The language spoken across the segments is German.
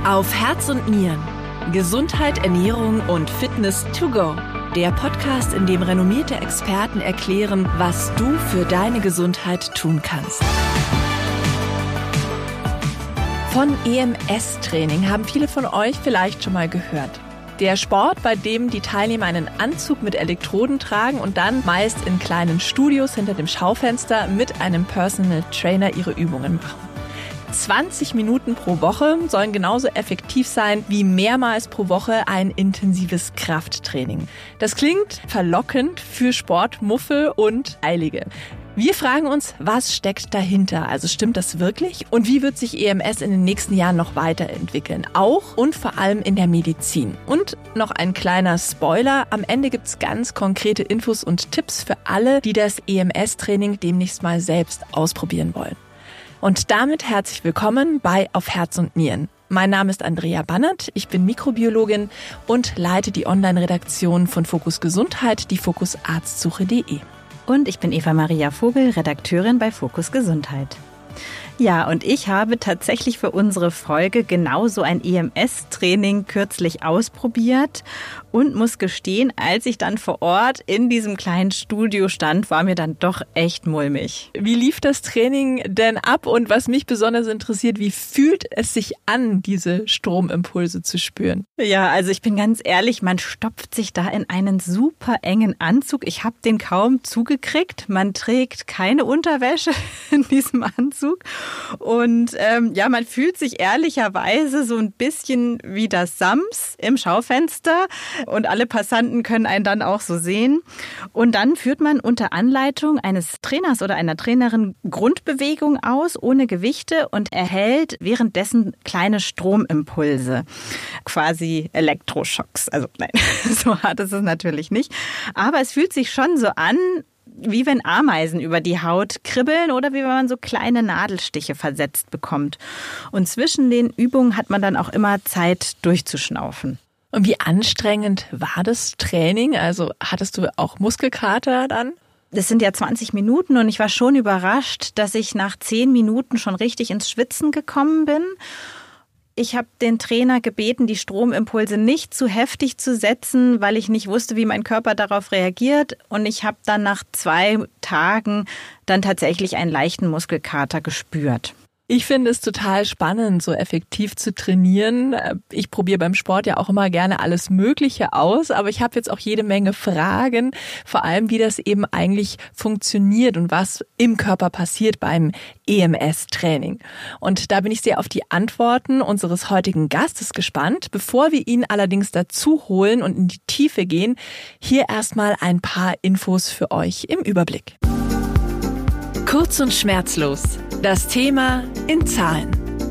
Auf Herz und Nieren. Gesundheit, Ernährung und Fitness to go. Der Podcast, in dem renommierte Experten erklären, was du für deine Gesundheit tun kannst. Von EMS-Training haben viele von euch vielleicht schon mal gehört. Der Sport, bei dem die Teilnehmer einen Anzug mit Elektroden tragen und dann meist in kleinen Studios hinter dem Schaufenster mit einem Personal Trainer ihre Übungen machen. 20 Minuten pro Woche sollen genauso effektiv sein wie mehrmals pro Woche ein intensives Krafttraining. Das klingt verlockend für Sportmuffel und Eilige. Wir fragen uns, was steckt dahinter? Also stimmt das wirklich? Und wie wird sich EMS in den nächsten Jahren noch weiterentwickeln? Auch und vor allem in der Medizin. Und noch ein kleiner Spoiler. Am Ende gibt's ganz konkrete Infos und Tipps für alle, die das EMS-Training demnächst mal selbst ausprobieren wollen. Und damit herzlich willkommen bei Auf Herz und Nieren. Mein Name ist Andrea Bannert, ich bin Mikrobiologin und leite die Online-Redaktion von Fokus Gesundheit, die fokusarztsuche.de. Und ich bin Eva-Maria Vogel, Redakteurin bei Fokus Gesundheit. Ja, und ich habe tatsächlich für unsere Folge genauso ein EMS-Training kürzlich ausprobiert und muss gestehen, als ich dann vor Ort in diesem kleinen Studio stand, war mir dann doch echt mulmig. Wie lief das Training denn ab und was mich besonders interessiert, wie fühlt es sich an, diese Stromimpulse zu spüren? Ja, also ich bin ganz ehrlich, man stopft sich da in einen super engen Anzug. Ich habe den kaum zugekriegt. Man trägt keine Unterwäsche in diesem Anzug. Und man fühlt sich ehrlicherweise so ein bisschen wie das Sams im Schaufenster und alle Passanten können einen dann auch so sehen. Und dann führt man unter Anleitung eines Trainers oder einer Trainerin Grundbewegung aus, ohne Gewichte und erhält währenddessen kleine Stromimpulse, quasi Elektroschocks. Also nein, so hart ist es natürlich nicht. Aber es fühlt sich schon so an, wie wenn Ameisen über die Haut kribbeln oder wie wenn man so kleine Nadelstiche versetzt bekommt. Und zwischen den Übungen hat man dann auch immer Zeit durchzuschnaufen. Und wie anstrengend war das Training? Also hattest du auch Muskelkater dann? Das sind ja 20 Minuten und ich war schon überrascht, dass ich nach 10 Minuten schon richtig ins Schwitzen gekommen bin. Ich habe den Trainer gebeten, die Stromimpulse nicht zu heftig zu setzen, weil ich nicht wusste, wie mein Körper darauf reagiert. Und ich habe dann nach 2 Tagen dann tatsächlich einen leichten Muskelkater gespürt. Ich finde es total spannend, so effektiv zu trainieren. Ich probiere beim Sport ja auch immer gerne alles Mögliche aus, aber ich habe jetzt auch jede Menge Fragen, vor allem wie das eben eigentlich funktioniert und was im Körper passiert beim EMS-Training. Und da bin ich sehr auf die Antworten unseres heutigen Gastes gespannt. Bevor wir ihn allerdings dazu holen und in die Tiefe gehen, hier erstmal ein paar Infos für euch im Überblick. Kurz und schmerzlos. Das Thema in Zahlen.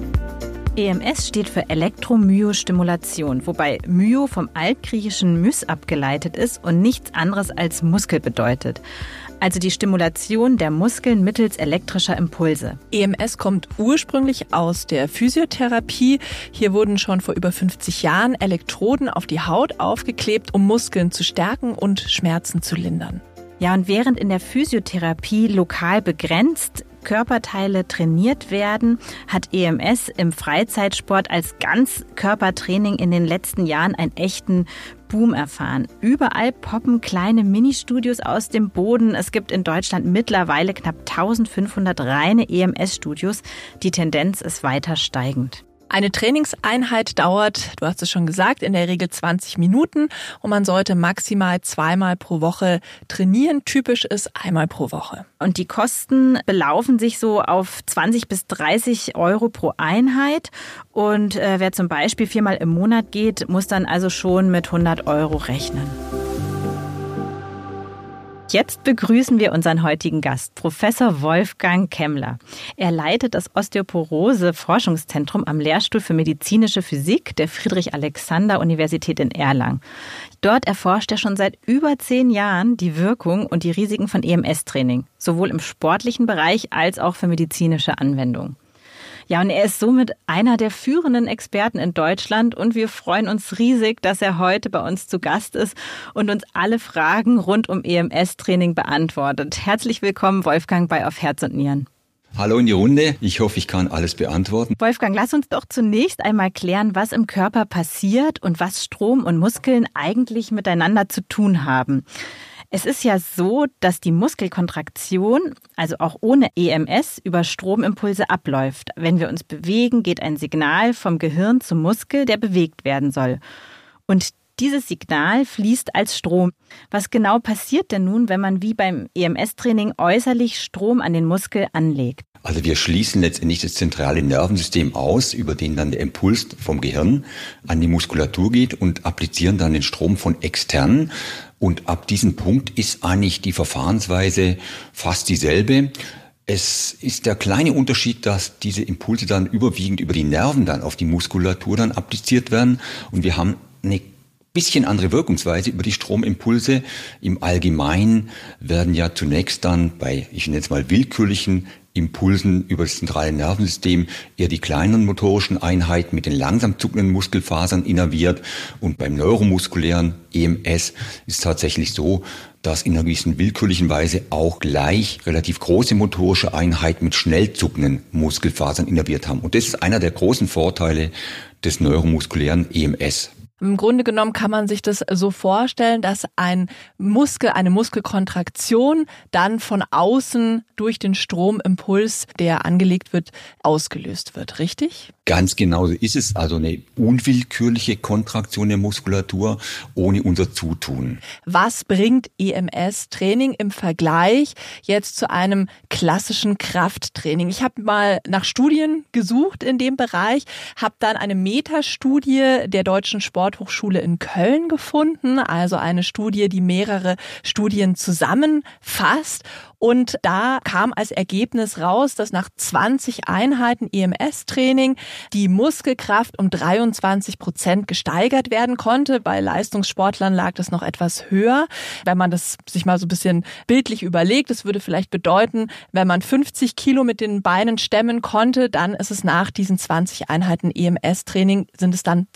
EMS steht für Elektromyostimulation, wobei Myo vom altgriechischen Mys abgeleitet ist und nichts anderes als Muskel bedeutet. Also die Stimulation der Muskeln mittels elektrischer Impulse. EMS kommt ursprünglich aus der Physiotherapie. Hier wurden schon vor über 50 Jahren Elektroden auf die Haut aufgeklebt, um Muskeln zu stärken und Schmerzen zu lindern. Ja, und während in der Physiotherapie lokal begrenzt Körperteile trainiert werden, hat EMS im Freizeitsport als Ganzkörpertraining in den letzten Jahren einen echten Boom erfahren. Überall poppen kleine Ministudios aus dem Boden. Es gibt in Deutschland mittlerweile knapp 1500 reine EMS-Studios. Die Tendenz ist weiter steigend. Eine Trainingseinheit dauert, du hast es schon gesagt, in der Regel 20 Minuten und man sollte maximal 2-mal pro Woche trainieren. Typisch ist 1-mal pro Woche. Und die Kosten belaufen sich so auf 20 bis 30 Euro pro Einheit. Und wer zum Beispiel 4-mal im Monat geht, muss dann also schon mit 100 Euro rechnen. Jetzt begrüßen wir unseren heutigen Gast, Professor Wolfgang Kemmler. Er leitet das Osteoporose-Forschungszentrum am Lehrstuhl für medizinische Physik der Friedrich-Alexander-Universität in Erlangen. Dort erforscht er schon seit über 10 Jahren die Wirkung und die Risiken von EMS-Training, sowohl im sportlichen Bereich als auch für medizinische Anwendungen. Ja, und er ist somit einer der führenden Experten in Deutschland und wir freuen uns riesig, dass er heute bei uns zu Gast ist und uns alle Fragen rund um EMS-Training beantwortet. Herzlich willkommen, Wolfgang, bei Auf Herz und Nieren. Hallo in die Runde. Ich hoffe, ich kann alles beantworten. Wolfgang, lass uns doch zunächst einmal klären, was im Körper passiert und was Strom und Muskeln eigentlich miteinander zu tun haben. Es ist ja so, dass die Muskelkontraktion, also auch ohne EMS, über Stromimpulse abläuft. Wenn wir uns bewegen, geht ein Signal vom Gehirn zum Muskel, der bewegt werden soll. Und dieses Signal fließt als Strom. Was genau passiert denn nun, wenn man wie beim EMS-Training äußerlich Strom an den Muskel anlegt? Also wir schließen letztendlich das zentrale Nervensystem aus, über den dann der Impuls vom Gehirn an die Muskulatur geht und applizieren dann den Strom von extern. Und ab diesem Punkt ist eigentlich die Verfahrensweise fast dieselbe. Es ist der kleine Unterschied, dass diese Impulse dann überwiegend über die Nerven dann auf die Muskulatur dann appliziert werden. Und wir haben eine bisschen andere Wirkungsweise über die Stromimpulse. Im Allgemeinen werden ja zunächst dann bei, ich nenne es mal willkürlichen Impulsen über das zentrale Nervensystem eher die kleineren motorischen Einheiten mit den langsam zuckenden Muskelfasern innerviert. Und beim neuromuskulären EMS ist tatsächlich so, dass in einer gewissen willkürlichen Weise auch gleich relativ große motorische Einheiten mit schnell zuckenden Muskelfasern innerviert haben. Und das ist einer der großen Vorteile des neuromuskulären EMS. Im Grunde genommen kann man sich das so vorstellen, dass eine Muskelkontraktion dann von außen durch den Stromimpuls, der angelegt wird, ausgelöst wird, richtig? Ganz genau so ist es. Also eine unwillkürliche Kontraktion der Muskulatur ohne unser Zutun. Was bringt EMS-Training im Vergleich jetzt zu einem klassischen Krafttraining? Ich habe mal nach Studien gesucht in dem Bereich, habe dann eine Metastudie der Deutschen Sporthochschule in Köln gefunden, also eine Studie, die mehrere Studien zusammenfasst. Und da kam als Ergebnis raus, dass nach 20 Einheiten EMS-Training die Muskelkraft um 23% gesteigert werden konnte. Bei Leistungssportlern lag das noch etwas höher. Wenn man das sich mal so ein bisschen bildlich überlegt, das würde vielleicht bedeuten, wenn man 50 Kilo mit den Beinen stemmen konnte, dann ist es nach diesen 20 Einheiten EMS-Training, sind es dann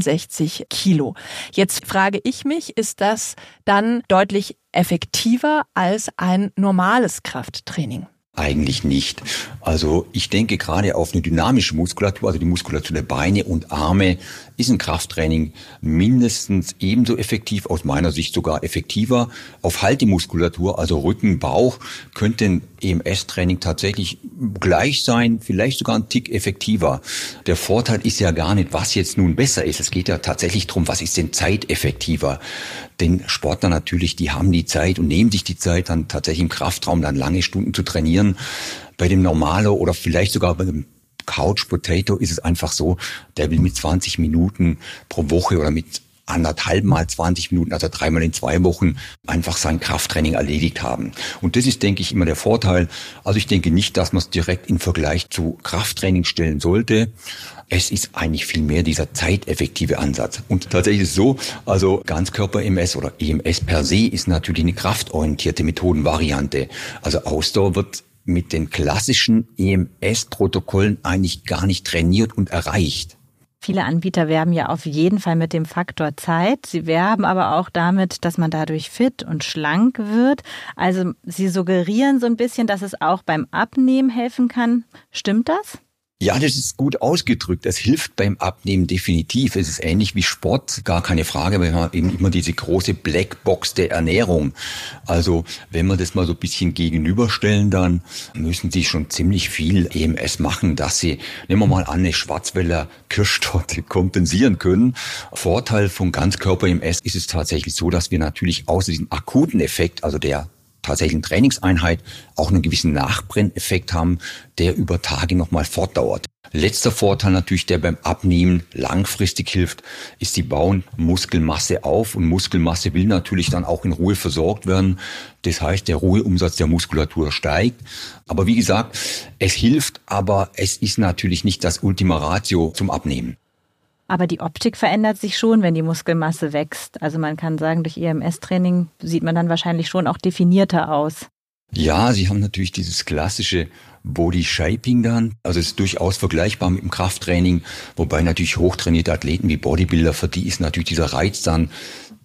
62 Kilo. Jetzt frage ich mich, ist das dann deutlich effektiver als ein normales Krafttraining? Eigentlich nicht. Also ich denke gerade auf eine dynamische Muskulatur, also die Muskulatur der Beine und Arme, ist ein Krafttraining mindestens ebenso effektiv, aus meiner Sicht sogar effektiver. Auf Haltemuskulatur, also Rücken, Bauch, könnte ein EMS-Training tatsächlich gleich sein, vielleicht sogar ein Tick effektiver. Der Vorteil ist ja gar nicht, was jetzt nun besser ist. Es geht ja tatsächlich darum, was ist denn zeiteffektiver. Denn Sportler natürlich, die haben die Zeit und nehmen sich die Zeit, dann tatsächlich im Kraftraum dann lange Stunden zu trainieren. Bei dem Normalo oder vielleicht sogar bei dem Couch Potato ist es einfach so, der will mit 20 Minuten pro Woche oder mit 1,5 mal 20 Minuten, also 3 mal in 2 Wochen, einfach sein Krafttraining erledigt haben. Und das ist, denke ich, immer der Vorteil. Also ich denke nicht, dass man es direkt in Vergleich zu Krafttraining stellen sollte. Es ist eigentlich viel mehr dieser zeiteffektive Ansatz. Und tatsächlich ist es so, also Ganzkörper-EMS oder EMS per se ist natürlich eine kraftorientierte Methodenvariante. Also Ausdauer wird mit den klassischen EMS-Protokollen eigentlich gar nicht trainiert und erreicht. Viele Anbieter werben ja auf jeden Fall mit dem Faktor Zeit. Sie werben aber auch damit, dass man dadurch fit und schlank wird. Also sie suggerieren so ein bisschen, dass es auch beim Abnehmen helfen kann. Stimmt das? Ja, das ist gut ausgedrückt. Es hilft beim Abnehmen definitiv. Es ist ähnlich wie Sport, gar keine Frage, weil wir haben eben immer diese große Blackbox der Ernährung. Also wenn wir das mal so ein bisschen gegenüberstellen, dann müssen Sie schon ziemlich viel EMS machen, dass Sie, nehmen wir mal an, eine Schwarzwälder Kirschtorte kompensieren können. Vorteil von Ganzkörper-EMS ist es tatsächlich so, dass wir natürlich außer diesem akuten Effekt, also der tatsächlichen Trainingseinheit, auch einen gewissen Nachbrenneffekt haben, der über Tage nochmal fortdauert. Letzter Vorteil natürlich, der beim Abnehmen langfristig hilft, ist, sie bauen Muskelmasse auf und Muskelmasse will natürlich dann auch in Ruhe versorgt werden. Das heißt, der Ruheumsatz der Muskulatur steigt. Aber wie gesagt, es hilft, aber es ist natürlich nicht das Ultima Ratio zum Abnehmen. Aber die Optik verändert sich schon, wenn die Muskelmasse wächst. Also man kann sagen, durch EMS-Training sieht man dann wahrscheinlich schon auch definierter aus. Ja, sie haben natürlich dieses klassische Body Shaping dann. Also es ist durchaus vergleichbar mit dem Krafttraining, wobei natürlich hochtrainierte Athleten wie Bodybuilder, für die ist natürlich dieser Reiz dann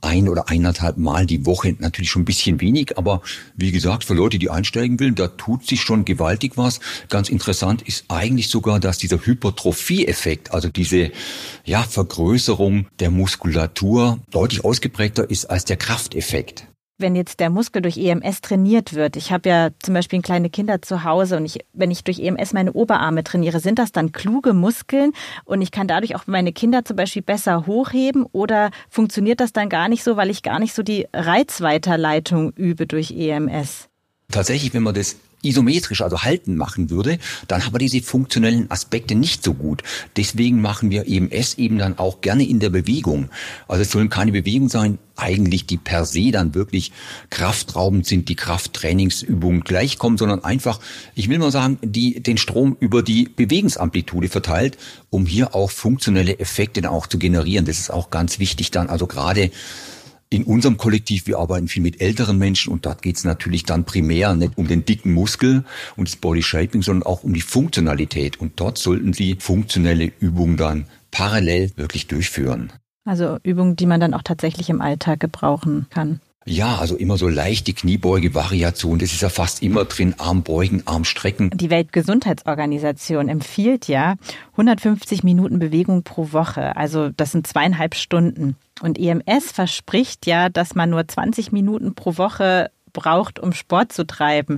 1 oder 1,5 Mal die Woche natürlich schon ein bisschen wenig, aber wie gesagt, für Leute, die einsteigen wollen, da tut sich schon gewaltig was. Ganz interessant ist eigentlich sogar, dass dieser Hypertrophie-Effekt, also diese Vergrößerung der Muskulatur deutlich ausgeprägter ist als der Krafteffekt. Wenn jetzt der Muskel durch EMS trainiert wird, ich habe ja zum Beispiel kleine Kinder zu Hause und wenn ich durch EMS meine Oberarme trainiere, sind das dann kluge Muskeln und ich kann dadurch auch meine Kinder zum Beispiel besser hochheben oder funktioniert das dann gar nicht so, weil ich gar nicht so die Reizweiterleitung übe durch EMS? Tatsächlich, wenn man das isometrisch, also halten machen würde, dann haben wir diese funktionellen Aspekte nicht so gut. Deswegen machen wir EMS eben dann auch gerne in der Bewegung. Also es sollen keine Bewegungen sein, eigentlich die per se dann wirklich kraftraubend sind, die Krafttrainingsübungen gleichkommen, sondern einfach, ich will mal sagen, den Strom über die Bewegungsamplitude verteilt, um hier auch funktionelle Effekte dann auch zu generieren. Das ist auch ganz wichtig dann, also gerade in unserem Kollektiv, wir arbeiten viel mit älteren Menschen und dort geht es natürlich dann primär nicht um den dicken Muskel und das Body Shaping, sondern auch um die Funktionalität. Und dort sollten Sie funktionelle Übungen dann parallel wirklich durchführen. Also Übungen, die man dann auch tatsächlich im Alltag gebrauchen kann. Ja, also immer so leichte Kniebeuge-Variation, das ist ja fast immer drin, Armbeugen, Armstrecken. Die Weltgesundheitsorganisation empfiehlt ja 150 Minuten Bewegung pro Woche, also das sind 2,5 Stunden. Und EMS verspricht ja, dass man nur 20 Minuten pro Woche braucht, um Sport zu treiben.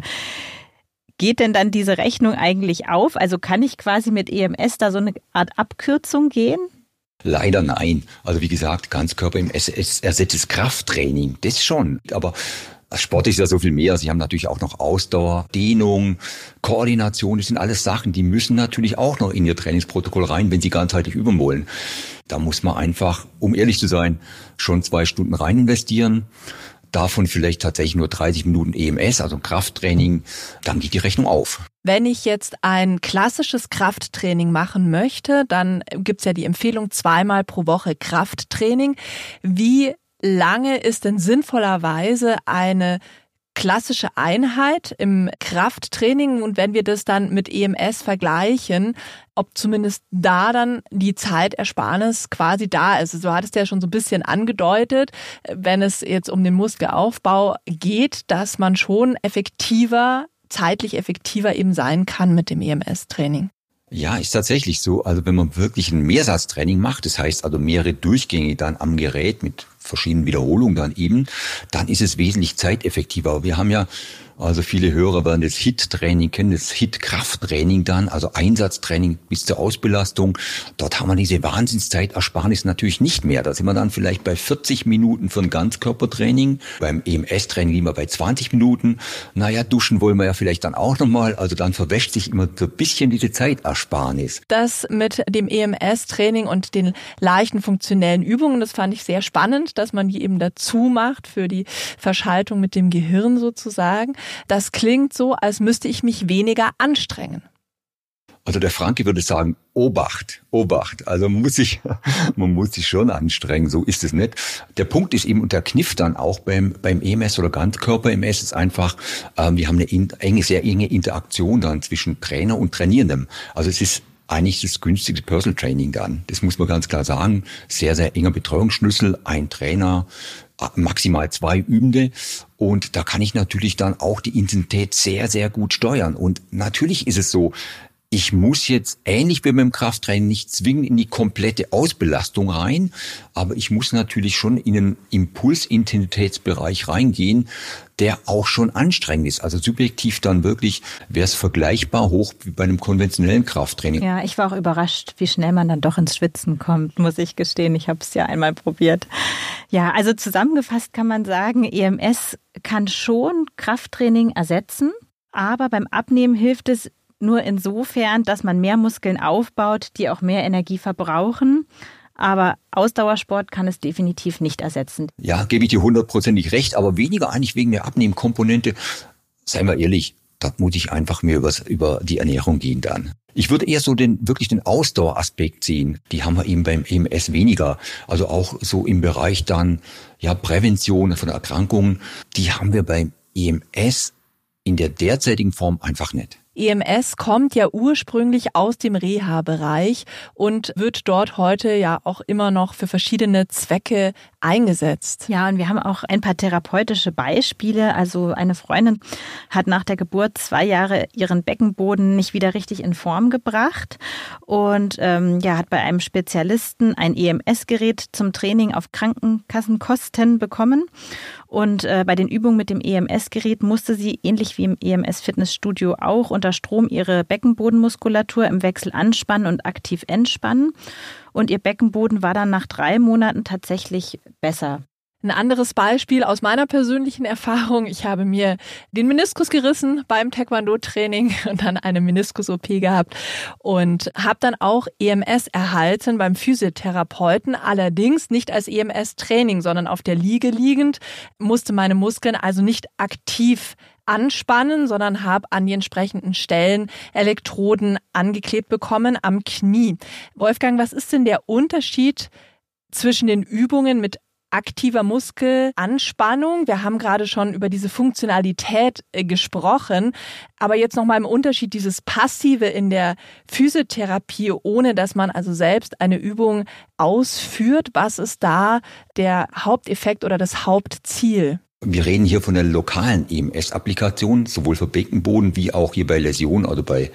Geht denn dann diese Rechnung eigentlich auf? Also kann ich quasi mit EMS da so eine Art Abkürzung gehen? Leider nein. Also wie gesagt, Ganzkörper im SS ersetzt das Krafttraining. Das schon. Aber Sport ist ja so viel mehr. Sie haben natürlich auch noch Ausdauer, Dehnung, Koordination. Das sind alles Sachen, die müssen natürlich auch noch in Ihr Trainingsprotokoll rein, wenn Sie ganzheitlich üben wollen. Da muss man einfach, um ehrlich zu sein, schon 2 Stunden rein investieren. Davon vielleicht tatsächlich nur 30 Minuten EMS, also Krafttraining, dann geht die Rechnung auf. Wenn ich jetzt ein klassisches Krafttraining machen möchte, dann gibt's ja die Empfehlung 2-mal pro Woche Krafttraining. Wie lange ist denn sinnvollerweise eine klassische Einheit im Krafttraining und wenn wir das dann mit EMS vergleichen, ob zumindest da dann die Zeitersparnis quasi da ist. Also du hattest ja schon so ein bisschen angedeutet, wenn es jetzt um den Muskelaufbau geht, dass man schon zeitlich effektiver eben sein kann mit dem EMS-Training. Ja, ist tatsächlich so. Also wenn man wirklich ein Mehrsatztraining macht, das heißt also mehrere Durchgänge dann am Gerät mit verschiedenen Wiederholungen dann eben, dann ist es wesentlich zeiteffektiver. Wir haben ja, also viele Hörer werden das HIIT-Training kennen, das HIIT-Krafttraining dann, also Einsatztraining bis zur Ausbelastung. Dort haben wir diese Wahnsinnszeitersparnis natürlich nicht mehr. Da sind wir dann vielleicht bei 40 Minuten für ein Ganzkörpertraining. Beim EMS-Training liegen wir bei 20 Minuten. Naja, duschen wollen wir ja vielleicht dann auch nochmal. Also dann verwäscht sich immer so ein bisschen diese Zeitersparnis. Das mit dem EMS-Training und den leichten funktionellen Übungen, das fand ich sehr spannend, dass man die eben dazu macht für die Verschaltung mit dem Gehirn sozusagen. Das klingt so, als müsste ich mich weniger anstrengen. Also der Franke würde sagen, Obacht. Also man muss sich schon anstrengen, so ist es nicht. Der Punkt ist eben, und der Kniff dann auch beim EMS oder Ganzkörper-EMS ist einfach, wir haben eine sehr enge Interaktion dann zwischen Trainer und Trainierendem. Also es ist eigentlich das günstigste Personal Training dann. Das muss man ganz klar sagen. Sehr, sehr enger Betreuungsschlüssel, ein Trainer, maximal 2 Übende. Und da kann ich natürlich dann auch die Intensität sehr, sehr gut steuern. Und natürlich ist es so, ich muss jetzt ähnlich wie beim Krafttraining nicht zwingend in die komplette Ausbelastung rein, aber ich muss natürlich schon in den Impulsintensitätsbereich reingehen, der auch schon anstrengend ist. Also subjektiv dann wirklich wäre es vergleichbar hoch wie bei einem konventionellen Krafttraining. Ja, ich war auch überrascht, wie schnell man dann doch ins Schwitzen kommt, muss ich gestehen. Ich habe es ja einmal probiert. Ja, also zusammengefasst kann man sagen, EMS kann schon Krafttraining ersetzen, aber beim Abnehmen hilft es nur insofern, dass man mehr Muskeln aufbaut, die auch mehr Energie verbrauchen. Aber Ausdauersport kann es definitiv nicht ersetzen. Ja, gebe ich dir 100%ig recht, aber weniger eigentlich wegen der Abnehmkomponente. Seien wir ehrlich, da muss ich einfach mehr über die Ernährung gehen dann. Ich würde eher so den Ausdaueraspekt sehen. Die haben wir eben beim EMS weniger. Also auch so im Bereich dann, Prävention von Erkrankungen. Die haben wir beim EMS in der derzeitigen Form einfach nicht. EMS kommt ja ursprünglich aus dem Reha-Bereich und wird dort heute ja auch immer noch für verschiedene Zwecke eingesetzt. Ja, und wir haben auch ein paar therapeutische Beispiele. Also eine Freundin hat nach der Geburt 2 Jahre ihren Beckenboden nicht wieder richtig in Form gebracht und hat bei einem Spezialisten ein EMS-Gerät zum Training auf Krankenkassenkosten bekommen. Und bei den Übungen mit dem EMS-Gerät musste sie, ähnlich wie im EMS-Fitnessstudio auch, unter Strom ihre Beckenbodenmuskulatur im Wechsel anspannen und aktiv entspannen. Und ihr Beckenboden war dann nach 3 Monaten tatsächlich besser. Ein anderes Beispiel aus meiner persönlichen Erfahrung. Ich habe mir den Meniskus gerissen beim Taekwondo-Training und dann eine Meniskus-OP gehabt und habe dann auch EMS erhalten beim Physiotherapeuten. Allerdings nicht als EMS-Training, sondern auf der Liege liegend, musste meine Muskeln also nicht aktiv anspannen, sondern habe an die entsprechenden Stellen Elektroden angeklebt bekommen am Knie. Wolfgang, was ist denn der Unterschied zwischen den Übungen mit aktiver Muskelanspannung? Wir haben gerade schon über diese Funktionalität gesprochen, aber jetzt nochmal im Unterschied dieses Passive in der Physiotherapie, ohne dass man also selbst eine Übung ausführt. Was ist da der Haupteffekt oder das Hauptziel? Wir reden hier von der lokalen EMS-Applikation, sowohl für Beckenboden wie auch hier bei Läsionen, also bei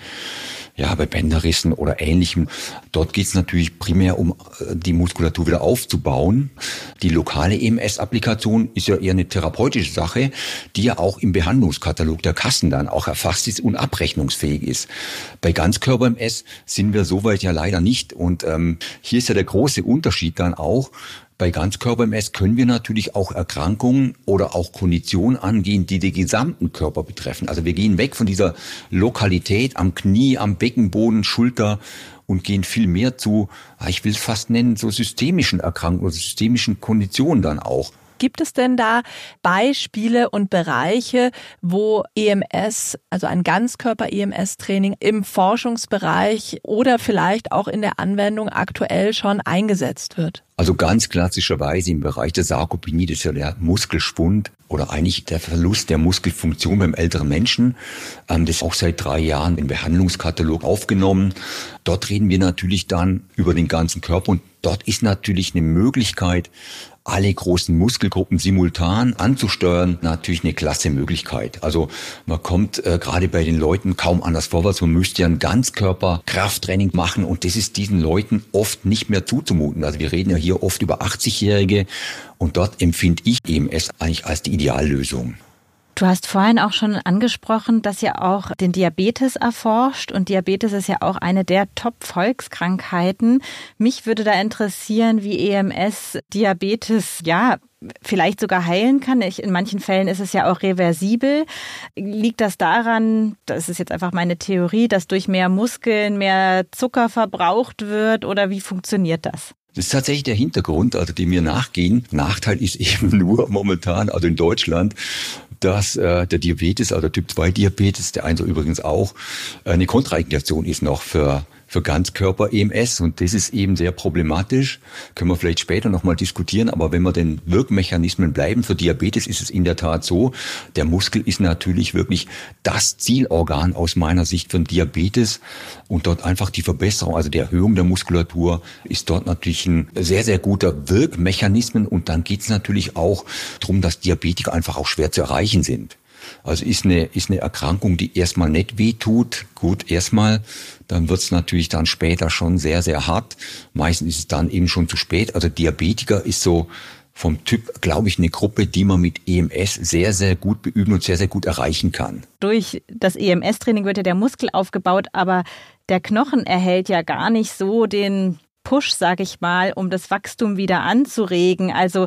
Bänderrissen oder Ähnlichem. Dort geht es natürlich primär um die Muskulatur wieder aufzubauen. Die lokale EMS-Applikation ist ja eher eine therapeutische Sache, die ja auch im Behandlungskatalog der Kassen dann auch erfasst ist und abrechnungsfähig ist. Bei Ganzkörper-MS sind wir soweit ja leider nicht. Und hier ist ja der große Unterschied dann auch. Bei Ganzkörper-MS können wir natürlich auch Erkrankungen oder auch Konditionen angehen, die den gesamten Körper betreffen. Also wir gehen weg von dieser Lokalität am Knie, am Beckenboden, Schulter und gehen viel mehr zu, ich will es fast nennen, so systemischen Erkrankungen oder systemischen Konditionen dann auch. Gibt es denn da Beispiele und Bereiche, wo EMS, also ein Ganzkörper-EMS-Training im Forschungsbereich oder vielleicht auch in der Anwendung aktuell schon eingesetzt wird? Also ganz klassischerweise im Bereich der Sarkopenie, das ist ja der Muskelschwund oder eigentlich der Verlust der Muskelfunktion beim älteren Menschen. Das ist auch seit 3 Jahren im Behandlungskatalog aufgenommen. Dort reden wir natürlich dann über den ganzen Körper und dort ist natürlich eine Möglichkeit, alle großen Muskelgruppen simultan anzusteuern, natürlich eine klasse Möglichkeit. Also man kommt gerade bei den Leuten kaum anders vorwärts. Man müsste ja ein Ganzkörper-Krafttraining machen und das ist diesen Leuten oft nicht mehr zuzumuten. Also wir reden ja hier oft über 80-Jährige und dort empfinde ich EMS eigentlich als die Ideallösung. Du hast vorhin auch schon angesprochen, dass ihr auch den Diabetes erforscht und Diabetes ist ja auch eine der Top-Volkskrankheiten. Mich würde da interessieren, wie EMS Diabetes vielleicht sogar heilen kann. In manchen Fällen ist es ja auch reversibel. Liegt das daran, das ist jetzt einfach meine Theorie, dass durch mehr Muskeln mehr Zucker verbraucht wird oder wie funktioniert das? Das ist tatsächlich der Hintergrund, also dem wir nachgehen. Nachteil ist eben nur momentan, also in Deutschland, dass der Diabetes, also Typ-2-Diabetes, der 1 übrigens auch, eine Kontraindikation ist noch für Ganzkörper-EMS und das ist eben sehr problematisch. Können wir vielleicht später nochmal diskutieren, aber wenn wir den Wirkmechanismen bleiben, für Diabetes ist es in der Tat so, der Muskel ist natürlich wirklich das Zielorgan aus meiner Sicht für den Diabetes und dort einfach die Verbesserung, also die Erhöhung der Muskulatur ist dort natürlich ein sehr, sehr guter Wirkmechanismen und dann geht es natürlich auch darum, dass Diabetiker einfach auch schwer zu erreichen sind. Also ist eine Erkrankung, die erstmal nicht wehtut. Gut, erstmal, dann wird's natürlich dann später schon sehr, sehr hart. Meistens ist es dann eben schon zu spät. Also Diabetiker ist so vom Typ, glaube ich, eine Gruppe, die man mit EMS sehr, sehr gut beüben und sehr, sehr gut erreichen kann. Durch das EMS-Training wird ja der Muskel aufgebaut, aber der Knochen erhält ja gar nicht so den Push, sag ich mal, um das Wachstum wieder anzuregen. Also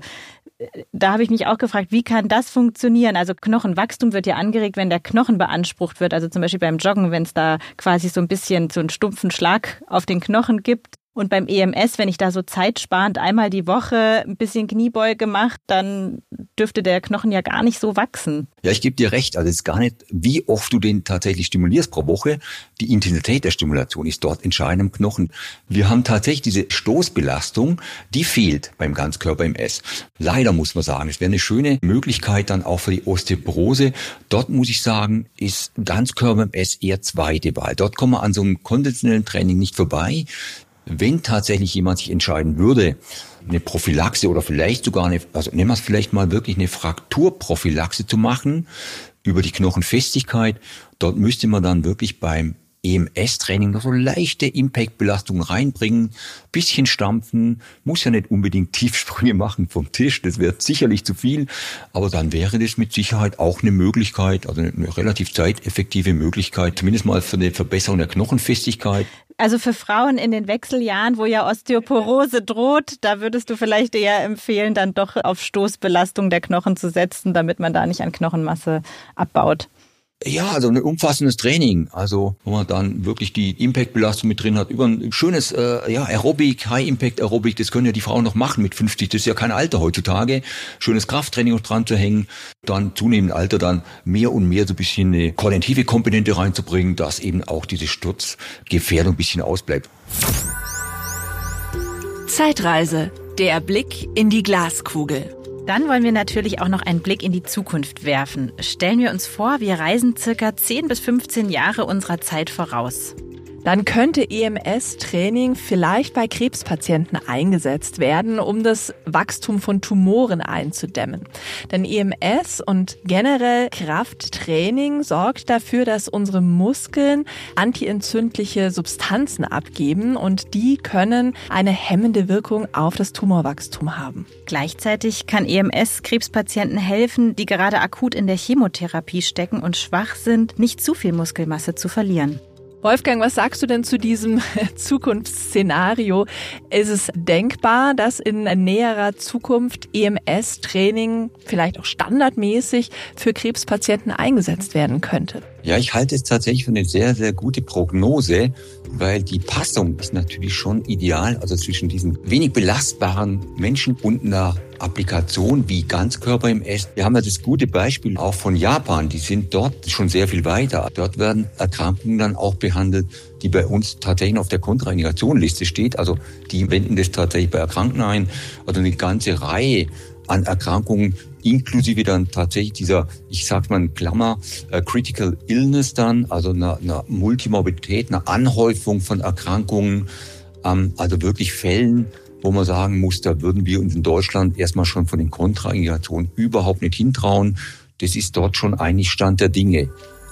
da habe ich mich auch gefragt, wie kann das funktionieren? Also Knochenwachstum wird ja angeregt, wenn der Knochen beansprucht wird. Also zum Beispiel beim Joggen, wenn es da quasi so ein bisschen so einen stumpfen Schlag auf den Knochen gibt. Und beim EMS, wenn ich da so zeitsparend einmal die Woche ein bisschen Kniebeuge mache, dann dürfte der Knochen ja gar nicht so wachsen. Ja, ich gebe dir recht. Also es ist gar nicht, wie oft du den tatsächlich stimulierst pro Woche. Die Intensität der Stimulation ist dort entscheidend im Knochen. Wir haben tatsächlich diese Stoßbelastung, die fehlt beim Ganzkörper-MS. Leider muss man sagen, es wäre eine schöne Möglichkeit dann auch für die Osteoporose. Dort muss ich sagen, ist Ganzkörper-MS eher zweite Wahl. Dort kommen wir an so einem konditionellen Training nicht vorbei. Wenn tatsächlich jemand sich entscheiden würde, eine Prophylaxe oder vielleicht sogar nehmen wir es vielleicht mal wirklich eine Frakturprophylaxe zu machen über die Knochenfestigkeit, dort müsste man dann wirklich beim EMS-Training noch so leichte Impact-Belastungen reinbringen, bisschen stampfen, muss ja nicht unbedingt Tiefsprünge machen vom Tisch, das wäre sicherlich zu viel, aber dann wäre das mit Sicherheit auch eine Möglichkeit, also eine relativ zeiteffektive Möglichkeit, zumindest mal für eine Verbesserung der Knochenfestigkeit. Also für Frauen in den Wechseljahren, wo ja Osteoporose droht, da würdest du vielleicht eher empfehlen, dann doch auf Stoßbelastung der Knochen zu setzen, damit man da nicht an Knochenmasse abbaut. Ja, also ein umfassendes Training, also wo man dann wirklich die Impact-Belastung mit drin hat, über ein schönes Aerobic, High-Impact-Aerobic, das können ja die Frauen noch machen mit 50, das ist ja kein Alter heutzutage, schönes Krafttraining noch dran zu hängen, dann zunehmend Alter dann mehr und mehr so ein bisschen eine kognitive Komponente reinzubringen, dass eben auch diese Sturzgefährdung ein bisschen ausbleibt. Zeitreise, der Blick in die Glaskugel. Dann wollen wir natürlich auch noch einen Blick in die Zukunft werfen. Stellen wir uns vor, wir reisen circa 10 bis 15 Jahre unserer Zeit voraus. Dann könnte EMS-Training vielleicht bei Krebspatienten eingesetzt werden, um das Wachstum von Tumoren einzudämmen. Denn EMS und generell Krafttraining sorgt dafür, dass unsere Muskeln antientzündliche Substanzen abgeben und die können eine hemmende Wirkung auf das Tumorwachstum haben. Gleichzeitig kann EMS Krebspatienten helfen, die gerade akut in der Chemotherapie stecken und schwach sind, nicht zu viel Muskelmasse zu verlieren. Wolfgang, was sagst du denn zu diesem Zukunftsszenario? Ist es denkbar, dass in näherer Zukunft EMS-Training vielleicht auch standardmäßig für Krebspatienten eingesetzt werden könnte? Ja, ich halte es tatsächlich für eine sehr, sehr gute Prognose, weil die Passung ist natürlich schon ideal, also zwischen diesen wenig belastbaren Menschen und einer Applikation wie Ganzkörper-MS. Wir haben ja das gute Beispiel auch von Japan, die sind dort schon sehr viel weiter. Dort werden Erkrankungen dann auch behandelt, die bei uns tatsächlich auf der Kontraindikationsliste steht. Also die wenden das tatsächlich bei Erkrankten ein. Also eine ganze Reihe an Erkrankungen, inklusive dann tatsächlich dieser, ich sag's mal in Klammer, Critical Illness dann, also einer Multimorbidität, einer Anhäufung von Erkrankungen, also wirklich Fällen, wo man sagen muss, da würden wir uns in Deutschland erstmal schon von den Kontraindikationen überhaupt nicht hintrauen. Das ist dort schon eigentlich Stand der Dinge.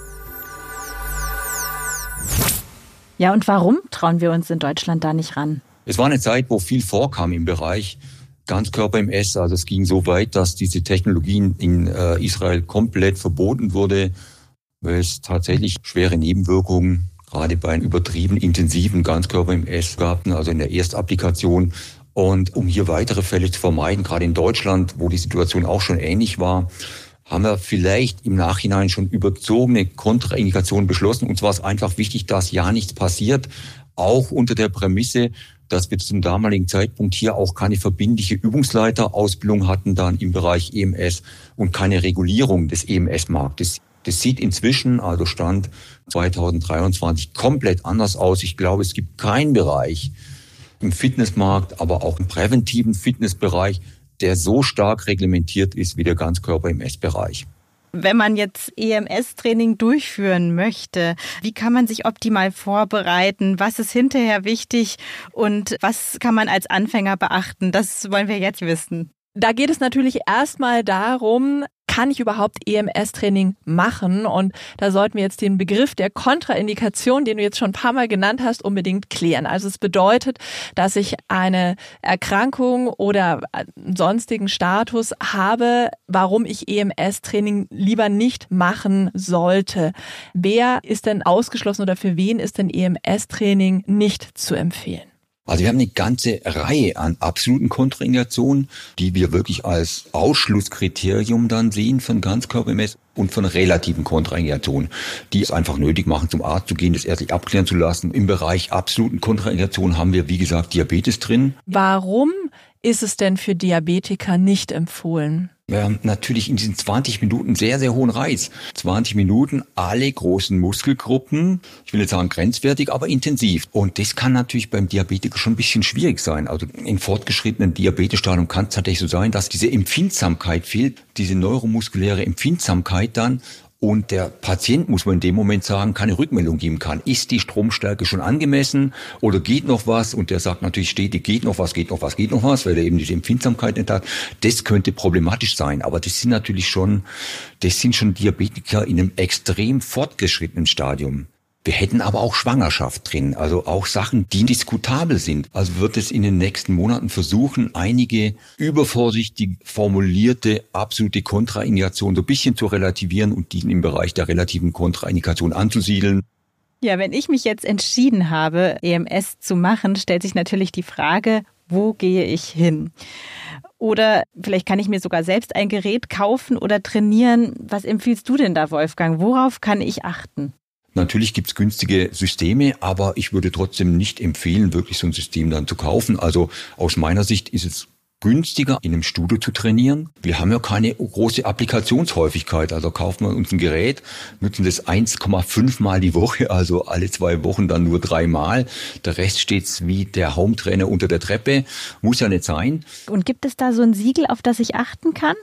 Ja, und warum trauen wir uns in Deutschland da nicht ran? Es war eine Zeit, wo viel vorkam im Bereich Ganzkörper-MS. Also es ging so weit, dass diese Technologien in Israel komplett verboten wurde, weil es tatsächlich schwere Nebenwirkungen gerade bei einem übertrieben intensiven Ganzkörper-MS gab, also in der Erstapplikation. Und um hier weitere Fälle zu vermeiden, gerade in Deutschland, wo die Situation auch schon ähnlich war, haben wir vielleicht im Nachhinein schon überzogene Kontraindikationen beschlossen. Uns war es einfach wichtig, dass ja nichts passiert, auch unter der Prämisse, dass wir zum damaligen Zeitpunkt hier auch keine verbindliche Übungsleiterausbildung hatten dann im Bereich EMS und keine Regulierung des EMS-Marktes. Das sieht inzwischen, also Stand 2023, komplett anders aus. Ich glaube, es gibt keinen Bereich im Fitnessmarkt, aber auch im präventiven Fitnessbereich, der so stark reglementiert ist wie der Ganzkörper-MS-Bereich. Wenn man jetzt EMS-Training durchführen möchte, wie kann man sich optimal vorbereiten? Was ist hinterher wichtig und was kann man als Anfänger beachten? Das wollen wir jetzt wissen. Da geht es natürlich erstmal darum, kann ich überhaupt EMS-Training machen? Und da sollten wir jetzt den Begriff der Kontraindikation, den du jetzt schon ein paar Mal genannt hast, unbedingt klären. Also es bedeutet, dass ich eine Erkrankung oder einen sonstigen Status habe, warum ich EMS-Training lieber nicht machen sollte. Wer ist denn ausgeschlossen oder für wen ist denn EMS-Training nicht zu empfehlen? Also wir haben eine ganze Reihe an absoluten Kontraindikationen, die wir wirklich als Ausschlusskriterium dann sehen von Ganzkörper-MS und von relativen Kontraindikationen, die es einfach nötig machen, zum Arzt zu gehen, das ärztlich abklären zu lassen. Im Bereich absoluten Kontraindikationen haben wir, wie gesagt, Diabetes drin. Warum ist es denn für Diabetiker nicht empfohlen? Wir haben natürlich in diesen 20 Minuten sehr, sehr hohen Reiz. 20 Minuten, alle großen Muskelgruppen, ich will nicht sagen grenzwertig, aber intensiv. Und das kann natürlich beim Diabetiker schon ein bisschen schwierig sein. Also in fortgeschrittenen Diabetesstadium kann es tatsächlich so sein, dass diese Empfindsamkeit fehlt, diese neuromuskuläre Empfindsamkeit dann. Und der Patient, muss man in dem Moment sagen, keine Rückmeldung geben kann. Ist die Stromstärke schon angemessen oder geht noch was? Und der sagt natürlich stetig, geht noch was, weil er eben diese Empfindsamkeit nicht hat. Das könnte problematisch sein. Aber das sind schon Diabetiker in einem extrem fortgeschrittenen Stadium. Wir hätten aber auch Schwangerschaft drin, also auch Sachen, die diskutabel sind. Also wird es in den nächsten Monaten versuchen, einige übervorsichtig formulierte absolute Kontraindikationen so ein bisschen zu relativieren und die im Bereich der relativen Kontraindikation anzusiedeln. Ja, wenn ich mich jetzt entschieden habe, EMS zu machen, stellt sich natürlich die Frage, wo gehe ich hin? Oder vielleicht kann ich mir sogar selbst ein Gerät kaufen oder trainieren. Was empfiehlst du denn da, Wolfgang? Worauf kann ich achten? Natürlich gibt's günstige Systeme, aber ich würde trotzdem nicht empfehlen, wirklich so ein System dann zu kaufen. Also aus meiner Sicht ist es günstiger, in einem Studio zu trainieren. Wir haben ja keine große Applikationshäufigkeit. Also kaufen wir uns ein Gerät, nutzen das 1,5 Mal die Woche, also alle 2 Wochen dann nur 3 Mal. Der Rest steht's wie der Home-Trainer unter der Treppe. Muss ja nicht sein. Und gibt es da so ein Siegel, auf das ich achten kann?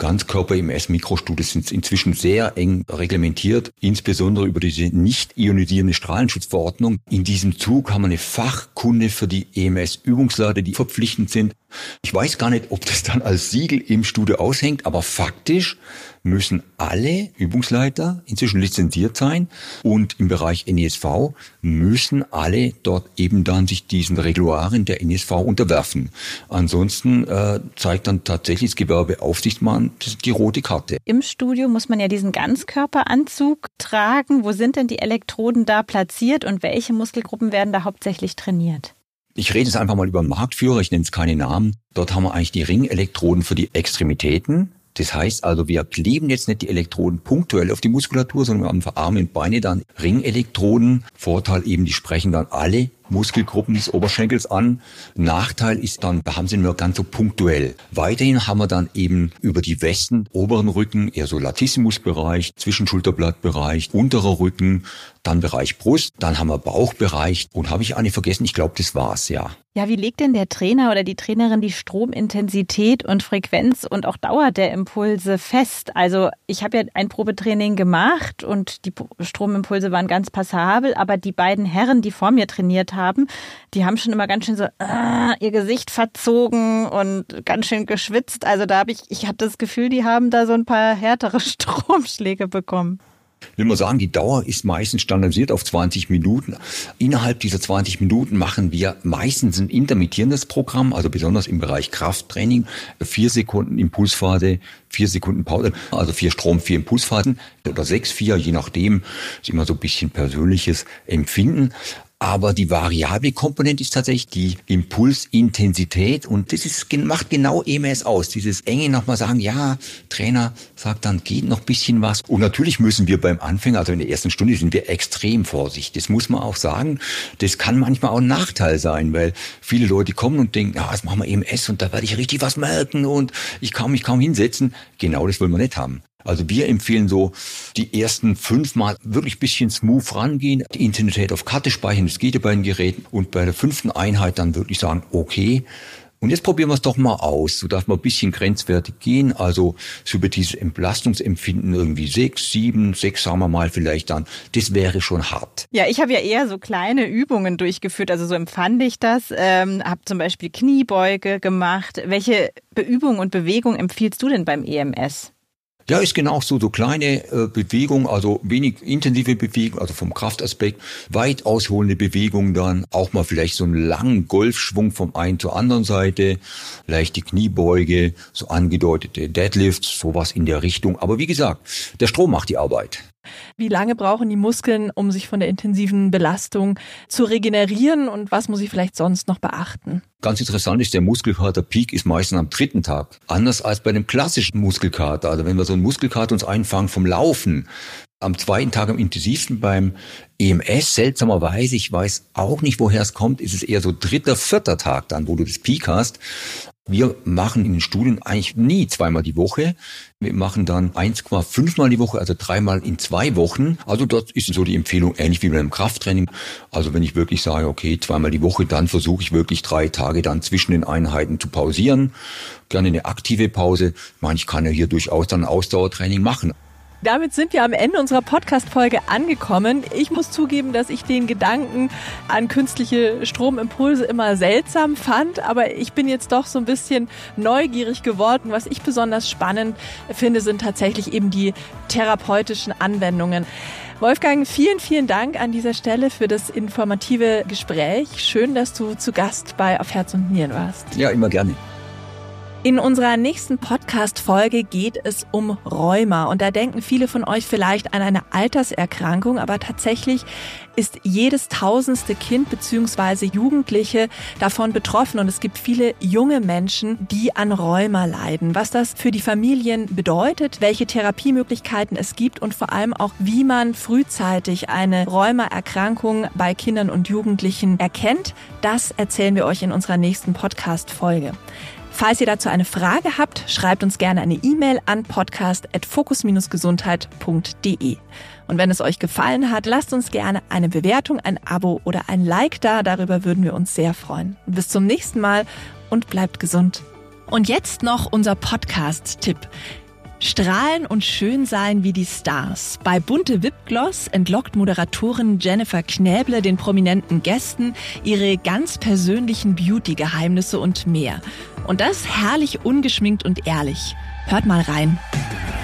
Ganzkörper-EMS-Mikrostudios sind inzwischen sehr eng reglementiert, insbesondere über diese nicht ionisierende Strahlenschutzverordnung. In diesem Zug haben wir eine Fachkunde für die EMS-Übungsleiter, die verpflichtend sind. Ich weiß gar nicht, ob das dann als Siegel im Studio aushängt, aber faktisch müssen alle Übungsleiter inzwischen lizenziert sein und im Bereich NESV müssen alle dort eben dann sich diesen Regularien der NESV unterwerfen. Ansonsten zeigt dann tatsächlich das Gewerbeaufsichtsmann die rote Karte. Im Studio muss man ja diesen Ganzkörperanzug tragen. Wo sind denn die Elektroden da platziert und welche Muskelgruppen werden da hauptsächlich trainiert? Ich rede jetzt einfach mal über einen Marktführer, ich nenne es keine Namen. Dort haben wir eigentlich die Ringelektroden für die Extremitäten. Das heißt also, wir kleben jetzt nicht die Elektroden punktuell auf die Muskulatur, sondern wir haben für Arme und Beine dann Ringelektroden. Vorteil eben, die sprechen dann alle Muskelgruppen des Oberschenkels an. Nachteil ist dann, da haben sie nur ganz so punktuell. Weiterhin haben wir dann eben über die Westen, oberen Rücken, eher so Latissimusbereich, Zwischenschulterblattbereich, unterer Rücken, dann Bereich Brust, dann haben wir Bauchbereich und habe ich eine vergessen? Ich glaube, das war's, ja. Ja, wie legt denn der Trainer oder die Trainerin die Stromintensität und Frequenz und auch Dauer der Impulse fest? Also ich habe ja ein Probetraining gemacht und die Stromimpulse waren ganz passabel, aber die beiden Herren, die vor mir trainiert haben, die haben schon immer ganz schön so ihr Gesicht verzogen und ganz schön geschwitzt. Also da habe ich hatte das Gefühl, die haben da so ein paar härtere Stromschläge bekommen. Ich will mal sagen, die Dauer ist meistens standardisiert auf 20 Minuten. Innerhalb dieser 20 Minuten machen wir meistens ein intermittierendes Programm, also besonders im Bereich Krafttraining. 4 Sekunden Impulsphase, 4 Sekunden Pause, also 4 Strom, 4 Impulsphasen oder 6, 4, je nachdem. Ist immer so ein bisschen persönliches Empfinden. Aber die variable Komponente ist tatsächlich die Impulsintensität und das macht genau EMS aus. Dieses enge nochmal sagen, ja, Trainer sagt dann, geht noch ein bisschen was. Und natürlich müssen wir beim Anfänger, also in der ersten Stunde, sind wir extrem vorsichtig. Das muss man auch sagen. Das kann manchmal auch ein Nachteil sein, weil viele Leute kommen und denken, ja, jetzt machen wir EMS und da werde ich richtig was merken und ich kann mich kaum hinsetzen. Genau das wollen wir nicht haben. Also wir empfehlen so, die ersten 5 Mal wirklich ein bisschen smooth rangehen, die Intensität auf Karte speichern, das geht ja bei den Geräten und bei der 5. Einheit dann wirklich sagen, okay, und jetzt probieren wir es doch mal aus. So darf man ein bisschen grenzwertig gehen, also so über dieses Entlastungsempfinden irgendwie 6 sagen wir mal vielleicht dann, das wäre schon hart. Ja, ich habe ja eher so kleine Übungen durchgeführt, also so empfand ich das, habe zum Beispiel Kniebeuge gemacht. Welche Übung und Bewegung empfiehlst du denn beim EMS? Ja, ist genau so kleine Bewegung, also wenig intensive Bewegung, also vom Kraftaspekt, weit ausholende Bewegung dann, auch mal vielleicht so einen langen Golfschwung vom einen zur anderen Seite, vielleicht die Kniebeuge, so angedeutete Deadlifts, sowas in der Richtung. Aber wie gesagt, der Strom macht die Arbeit. Wie lange brauchen die Muskeln, um sich von der intensiven Belastung zu regenerieren und was muss ich vielleicht sonst noch beachten? Ganz interessant ist, der Muskelkater-Peak ist meistens am 3. Tag. Anders als bei dem klassischen Muskelkater. Also wenn wir so einen Muskelkater uns einfangen vom Laufen, am 2. Tag am intensivsten beim EMS, seltsamerweise, ich weiß auch nicht, woher es kommt, ist es eher so 3., 4. Tag dann, wo du das Peak hast. Wir machen in den Studien eigentlich nie 2-mal die Woche. Wir machen dann 1,5-mal die Woche, also 3-mal in 2 Wochen. Also das ist so die Empfehlung, ähnlich wie beim Krafttraining. Also wenn ich wirklich sage, okay, 2-mal die Woche, dann versuche ich wirklich 3 Tage dann zwischen den Einheiten zu pausieren. Gerne eine aktive Pause. Ich meine, ich kann ja hier durchaus dann ein Ausdauertraining machen. Damit sind wir am Ende unserer Podcast-Folge angekommen. Ich muss zugeben, dass ich den Gedanken an künstliche Stromimpulse immer seltsam fand, aber ich bin jetzt doch so ein bisschen neugierig geworden. Was ich besonders spannend finde, sind tatsächlich eben die therapeutischen Anwendungen. Wolfgang, vielen, vielen Dank an dieser Stelle für das informative Gespräch. Schön, dass du zu Gast bei Auf Herz und Nieren warst. Ja, immer gerne. In unserer nächsten Podcast-Folge geht es um Rheuma und da denken viele von euch vielleicht an eine Alterserkrankung, aber tatsächlich ist jedes 1000. Kind bzw. Jugendliche davon betroffen und es gibt viele junge Menschen, die an Rheuma leiden. Was das für die Familien bedeutet, welche Therapiemöglichkeiten es gibt und vor allem auch, wie man frühzeitig eine Rheuma-Erkrankung bei Kindern und Jugendlichen erkennt, das erzählen wir euch in unserer nächsten Podcast-Folge. Falls ihr dazu eine Frage habt, schreibt uns gerne eine E-Mail an podcast@fokus-gesundheit.de. Und wenn es euch gefallen hat, lasst uns gerne eine Bewertung, ein Abo oder ein Like da. Darüber würden wir uns sehr freuen. Bis zum nächsten Mal und bleibt gesund. Und jetzt noch unser Podcast-Tipp. Strahlen und schön sein wie die Stars. Bei Bunte Wipgloss entlockt Moderatorin Jennifer Knäble den prominenten Gästen ihre ganz persönlichen Beauty-Geheimnisse und mehr. Und das herrlich ungeschminkt und ehrlich. Hört mal rein.